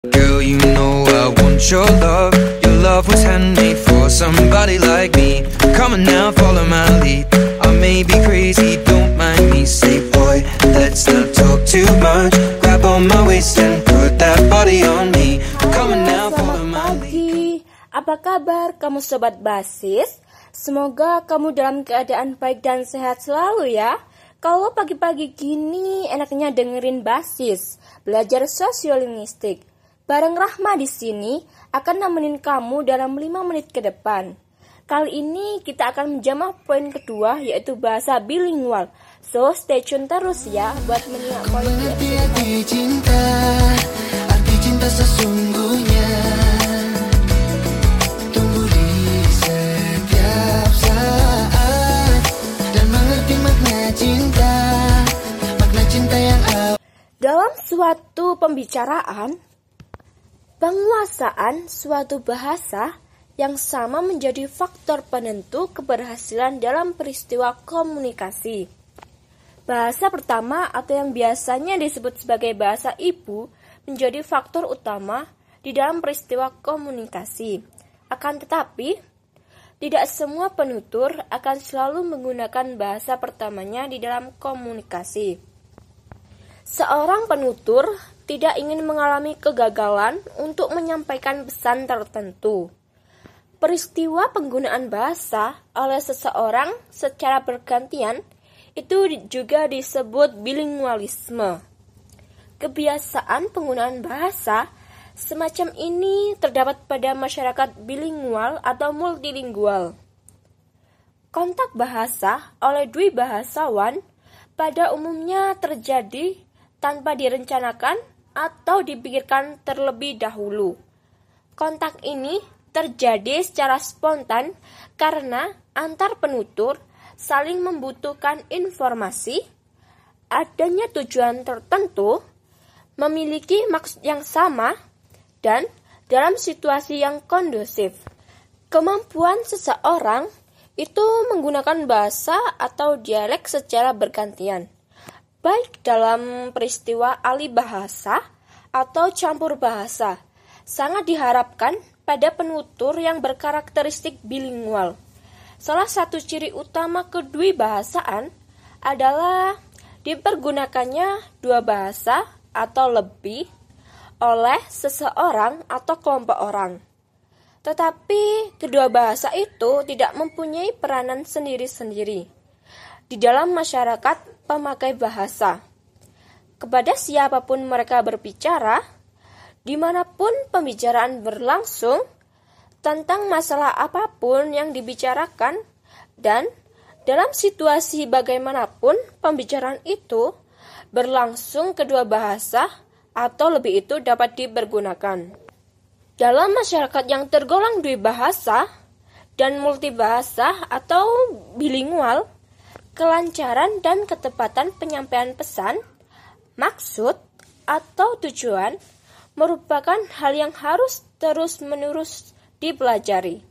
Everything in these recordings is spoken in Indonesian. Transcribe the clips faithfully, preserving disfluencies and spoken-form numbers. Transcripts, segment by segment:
Girl, you know I want your love. Your love was handmade for somebody like me. Come on now, follow my lead. I may be crazy, don't mind me. Say boy, let's not talk too much. Grab on my waist and put that body on me. Come on now, follow my lead. Apa kabar kamu sobat basis? Semoga kamu dalam keadaan baik dan sehat selalu ya. Kalau pagi-pagi gini enaknya dengerin basis, belajar sosiolinguistik. Bareng Rahma di sini akan nemenin kamu dalam lima menit ke depan. Kali ini kita akan menjamah poin kedua yaitu bahasa bilingual. So stay tune terus ya buat menyimak poin kedua. Arti cinta, arti cinta sesungguhnya. Tunggu di setiap saat dan mengerti makna cinta, makna cinta yang awal. Dalam suatu pembicaraan, penguasaan suatu bahasa yang sama menjadi faktor penentu keberhasilan dalam peristiwa komunikasi. Bahasa pertama atau yang biasanya disebut sebagai bahasa ibu menjadi faktor utama di dalam peristiwa komunikasi. Akan tetapi, tidak semua penutur akan selalu menggunakan bahasa pertamanya di dalam komunikasi. Seorang penutur tidak ingin mengalami kegagalan untuk menyampaikan pesan tertentu. Peristiwa penggunaan bahasa oleh seseorang secara bergantian itu juga disebut bilingualisme. Kebiasaan penggunaan bahasa semacam ini terdapat pada masyarakat bilingual atau multilingual. Kontak bahasa oleh dua bahasawan pada umumnya terjadi tanpa direncanakan atau dipikirkan terlebih dahulu. Kontak ini terjadi secara spontan karena antar penutur saling membutuhkan informasi, adanya tujuan tertentu, memiliki maksud yang sama, dan dalam situasi yang kondusif. Kemampuan seseorang itu menggunakan bahasa atau dialek secara bergantian, baik dalam peristiwa alih bahasa atau campur bahasa, sangat diharapkan pada penutur yang berkarakteristik bilingual. Salah satu ciri utama kedua bahasaan adalah dipergunakannya dua bahasa atau lebih oleh seseorang atau kelompok orang. Tetapi kedua bahasa itu tidak mempunyai peranan sendiri-sendiri di dalam masyarakat pemakai bahasa. Kepada siapapun mereka berbicara, dimanapun pembicaraan berlangsung, tentang masalah apapun yang dibicarakan, dan dalam situasi bagaimanapun pembicaraan itu berlangsung, kedua bahasa atau lebih itu dapat dipergunakan. Dalam masyarakat yang tergolong dua bahasa dan multibahasa atau bilingual, kelancaran dan ketepatan penyampaian pesan, maksud, atau tujuan merupakan hal yang harus terus-menerus dipelajari.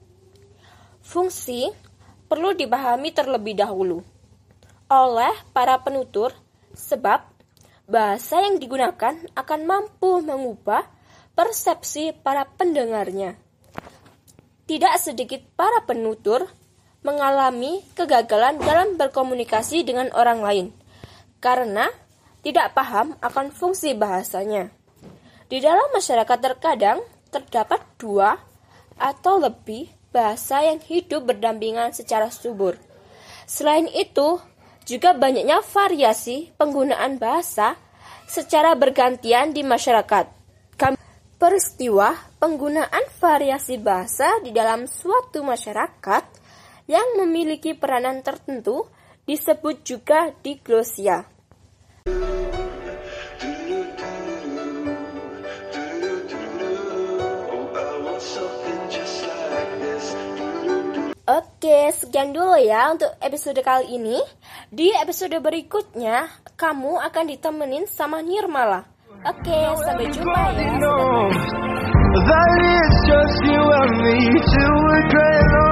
Fungsi perlu dipahami terlebih dahulu oleh para penutur sebab bahasa yang digunakan akan mampu mengubah persepsi para pendengarnya. Tidak sedikit para penutur mengalami kegagalan dalam berkomunikasi dengan orang lain karena tidak paham akan fungsi bahasanya. Di dalam masyarakat terkadang terdapat dua atau lebih bahasa yang hidup berdampingan secara subur. Selain itu, juga banyaknya variasi penggunaan bahasa secara bergantian di masyarakat. Peristiwa penggunaan variasi bahasa di dalam suatu masyarakat yang memiliki peranan tertentu disebut juga diglosia. Oke, sekian dulu ya untuk episode kali ini. Di episode berikutnya, kamu akan ditemenin sama Nirmala. Oke, sampai jumpa ya.